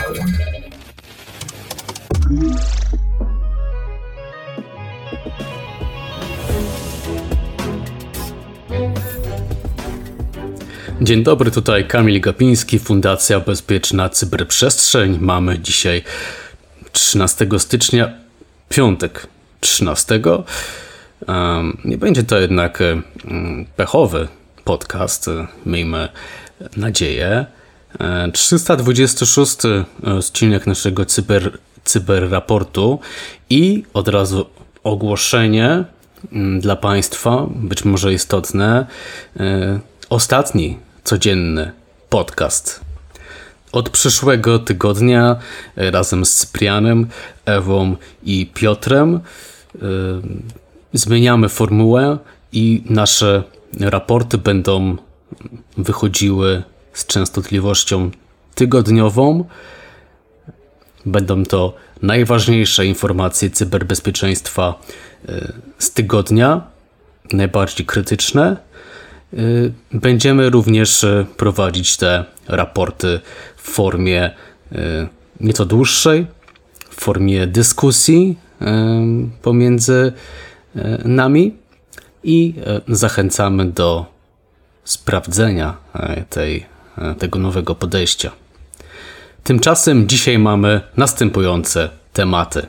Dzień dobry, tutaj Kamil Gapiński, Fundacja Bezpieczna Cyberprzestrzeń. Mamy dzisiaj 13 stycznia, piątek 13. Nie będzie to jednak pechowy podcast, miejmy nadzieję. 326 odcinek naszego cyberraportu i od razu ogłoszenie dla Państwa, być może istotne, ostatni codzienny podcast. Od przyszłego tygodnia razem z Cyprianem, Ewą i Piotrem zmieniamy formułę i nasze raporty będą wychodziły z częstotliwością tygodniową. Będą to najważniejsze informacje cyberbezpieczeństwa z tygodnia, najbardziej krytyczne. Będziemy również prowadzić te raporty w formie nieco dłuższej, w formie dyskusji pomiędzy nami i zachęcamy do sprawdzenia tego nowego podejścia. Tymczasem dzisiaj mamy następujące tematy.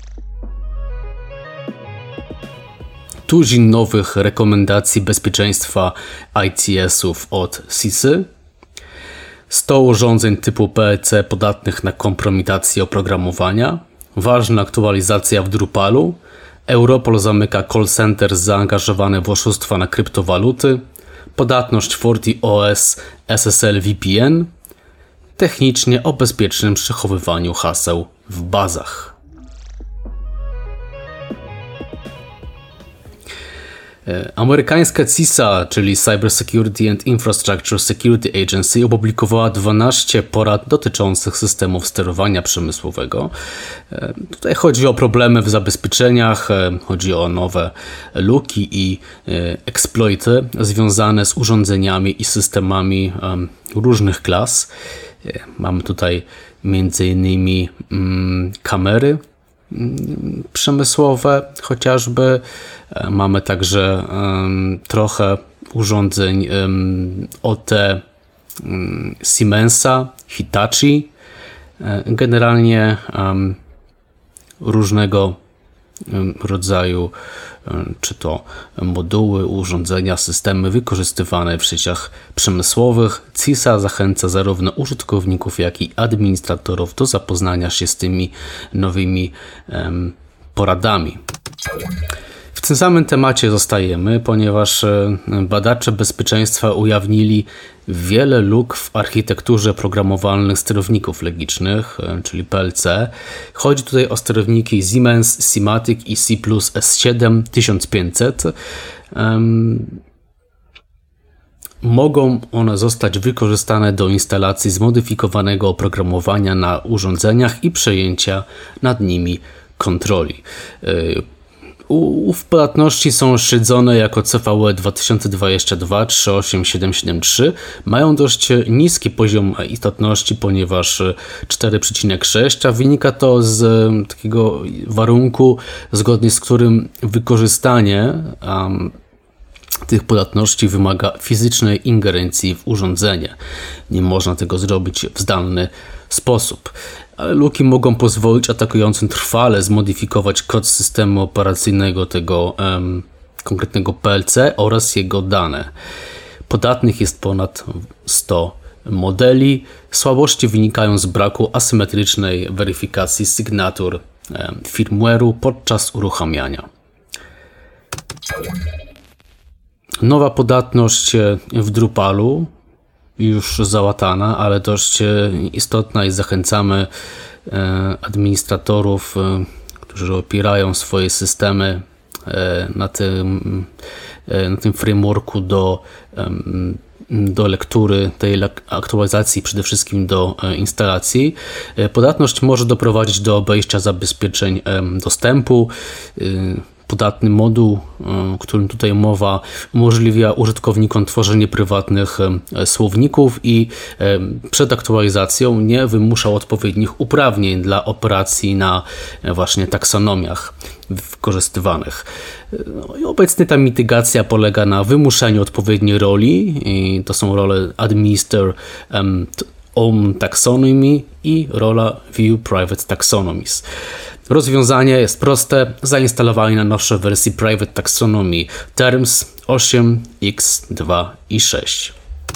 Tuzin nowych rekomendacji bezpieczeństwa ITS-ów od CISY, 100 urządzeń typu PLC podatnych na kompromitację oprogramowania, ważna aktualizacja w Drupalu, Europol zamyka call center zaangażowane w oszustwa na kryptowaluty, podatność FortiOS SSL VPN, technicznie o bezpiecznym przechowywaniu haseł w bazach. Amerykańska CISA, czyli Cyber Security and Infrastructure Security Agency, opublikowała 12 porad dotyczących systemów sterowania przemysłowego. Tutaj chodzi o problemy w zabezpieczeniach, chodzi o nowe luki i exploity związane z urządzeniami i systemami różnych klas. Mamy tutaj m.in. kamery przemysłowe chociażby. Mamy także trochę urządzeń OT Siemensa, Hitachi. Generalnie różnego rodzaju czy to moduły, urządzenia, systemy wykorzystywane w sieciach przemysłowych. CISA zachęca zarówno użytkowników, jak i administratorów do zapoznania się z tymi nowymi poradami. W tym samym temacie zostajemy, ponieważ badacze bezpieczeństwa ujawnili wiele luk w architekturze programowalnych sterowników logicznych, czyli PLC. Chodzi tutaj o sterowniki Siemens, Simatic i C+ S7 1500. Mogą one zostać wykorzystane do instalacji zmodyfikowanego oprogramowania na urządzeniach i przejęcia nad nimi kontroli. Podatności są szczydzone jako CVE 2022 38773. Mają dość niski poziom istotności, ponieważ 4,6, a wynika to z takiego warunku, zgodnie z którym wykorzystanie tych podatności wymaga fizycznej ingerencji w urządzenie. Nie można tego zrobić w zdalny sposób. Ale luki mogą pozwolić atakującym trwale zmodyfikować kod systemu operacyjnego tego konkretnego PLC oraz jego dane. Podatnych jest ponad 100 modeli. Słabości wynikają z braku asymetrycznej weryfikacji sygnatur firmware'u podczas uruchamiania. Nowa podatność w Drupalu, już załatana, ale dość istotna i zachęcamy administratorów, którzy opierają swoje systemy na tym frameworku do lektury tej aktualizacji, przede wszystkim do instalacji. Podatność może doprowadzić do obejścia zabezpieczeń dostępu, podatny moduł, o którym tutaj mowa, umożliwia użytkownikom tworzenie prywatnych słowników i przed aktualizacją nie wymuszał odpowiednich uprawnień dla operacji na właśnie taksonomiach wykorzystywanych. I obecnie ta mitygacja polega na wymuszeniu odpowiedniej roli, i to są role Administer Own Taxonomy i rola View Private Taxonomies. Rozwiązanie jest proste: zainstalowanie na nowsze wersji Private Taxonomy Terms 8, X2 i 6.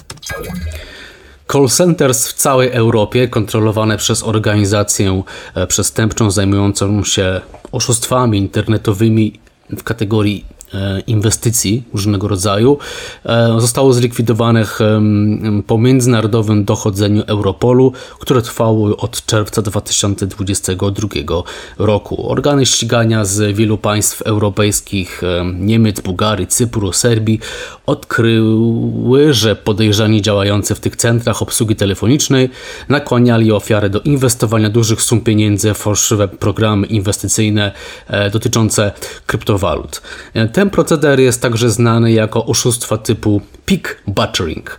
Call centers w całej Europie kontrolowane przez organizację przestępczą zajmującą się oszustwami internetowymi w kategorii inwestycji różnego rodzaju zostało zlikwidowanych po międzynarodowym dochodzeniu Europolu, które trwało od czerwca 2022 roku. Organy ścigania z wielu państw europejskich, Niemiec, Bułgarii, Cypru, Serbii odkryły, że podejrzani działający w tych centrach obsługi telefonicznej nakłaniali ofiary do inwestowania dużych sum pieniędzy w fałszywe programy inwestycyjne dotyczące kryptowalut. Ten proceder jest także znany jako oszustwa typu peak buttering.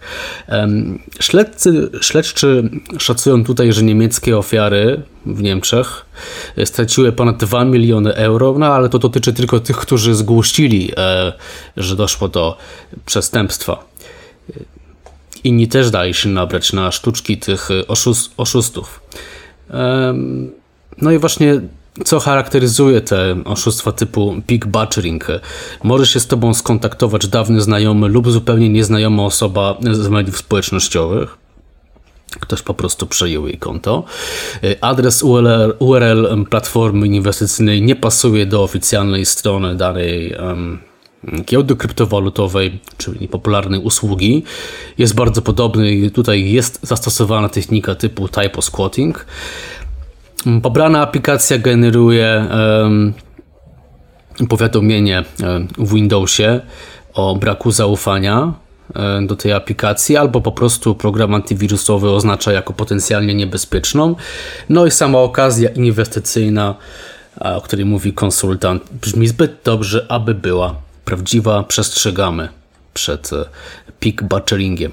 Śledczy szacują tutaj, że niemieckie ofiary w Niemczech straciły ponad 2 miliony euro, no ale to dotyczy tylko tych, którzy zgłosili, że doszło do przestępstwa. Inni też dali się nabrać na sztuczki tych oszustów. No i właśnie co charakteryzuje te oszustwa typu peak buttering? Może się z tobą skontaktować dawny znajomy lub zupełnie nieznajoma osoba z mediów społecznościowych. Ktoś po prostu przejął jej konto. Adres URL platformy inwestycyjnej nie pasuje do oficjalnej strony danej giełdy kryptowalutowej, czyli popularnej usługi. Jest bardzo podobny i tutaj jest zastosowana technika typu typo squatting. Pobrana aplikacja generuje powiadomienie w Windowsie o braku zaufania do tej aplikacji, albo po prostu program antywirusowy oznacza jako potencjalnie niebezpieczną. No i sama okazja inwestycyjna, o której mówi konsultant, brzmi zbyt dobrze, aby była prawdziwa. Przestrzegamy przed peak butteringiem.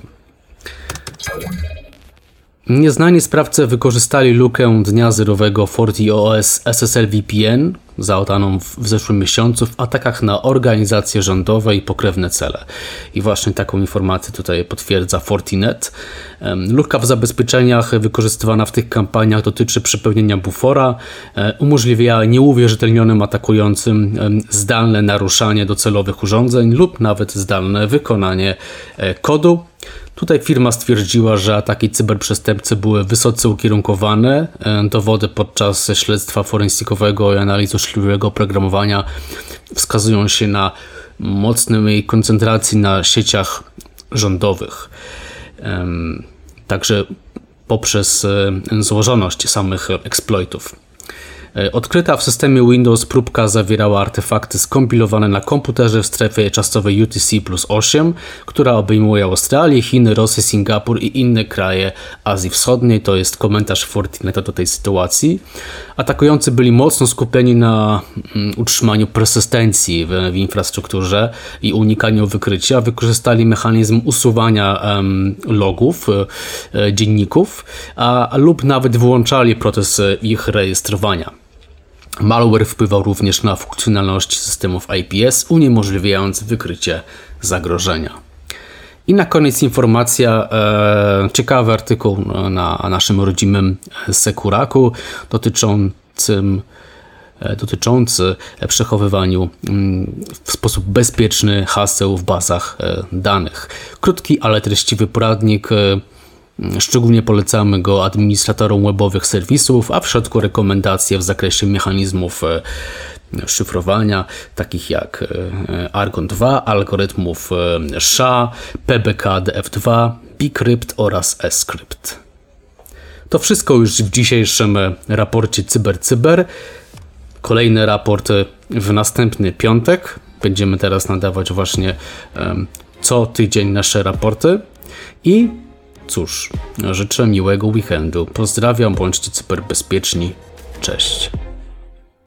Nieznani sprawcy wykorzystali lukę dnia zerowego FortiOS SSL VPN zaotaną w zeszłym miesiącu w atakach na organizacje rządowe i pokrewne cele. I właśnie taką informację tutaj potwierdza Fortinet. Luka w zabezpieczeniach wykorzystywana w tych kampaniach dotyczy przepełnienia bufora, umożliwia nieuwierzytelnionym atakującym zdalne naruszanie docelowych urządzeń lub nawet zdalne wykonanie kodu. Tutaj firma stwierdziła, że ataki cyberprzestępcy były wysoce ukierunkowane. Dowody podczas śledztwa forensykowego i analizy uczciwego oprogramowania wskazują się na mocnej koncentracji na sieciach rządowych. Także poprzez złożoność samych eksploitów. Odkryta w systemie Windows próbka zawierała artefakty skompilowane na komputerze w strefie czasowej UTC+8, która obejmuje Australię, Chiny, Rosję, Singapur i inne kraje Azji Wschodniej. To jest komentarz Fortineta do tej sytuacji. Atakujący byli mocno skupieni na utrzymaniu persystencji w infrastrukturze i unikaniu wykrycia. Wykorzystali mechanizm usuwania logów, dzienników, lub nawet wyłączali proces ich rejestrowania. Malware wpływał również na funkcjonalność systemów IPS, uniemożliwiając wykrycie zagrożenia. I na koniec informacja, ciekawy artykuł na naszym rodzimym Securaku dotyczący przechowywaniu w sposób bezpieczny haseł w bazach danych. Krótki, ale treściwy poradnik. Szczególnie polecamy go administratorom webowych serwisów, a w środku rekomendacje w zakresie mechanizmów szyfrowania, takich jak Argon 2, algorytmów SHA, PBKDF2, bcrypt oraz scrypt. To wszystko już w dzisiejszym raporcie CyberCyber. Kolejny raport w następny piątek. Będziemy teraz nadawać właśnie co tydzień nasze raporty i cóż, życzę miłego weekendu. Pozdrawiam, bądźcie cyberbezpieczni. Cześć.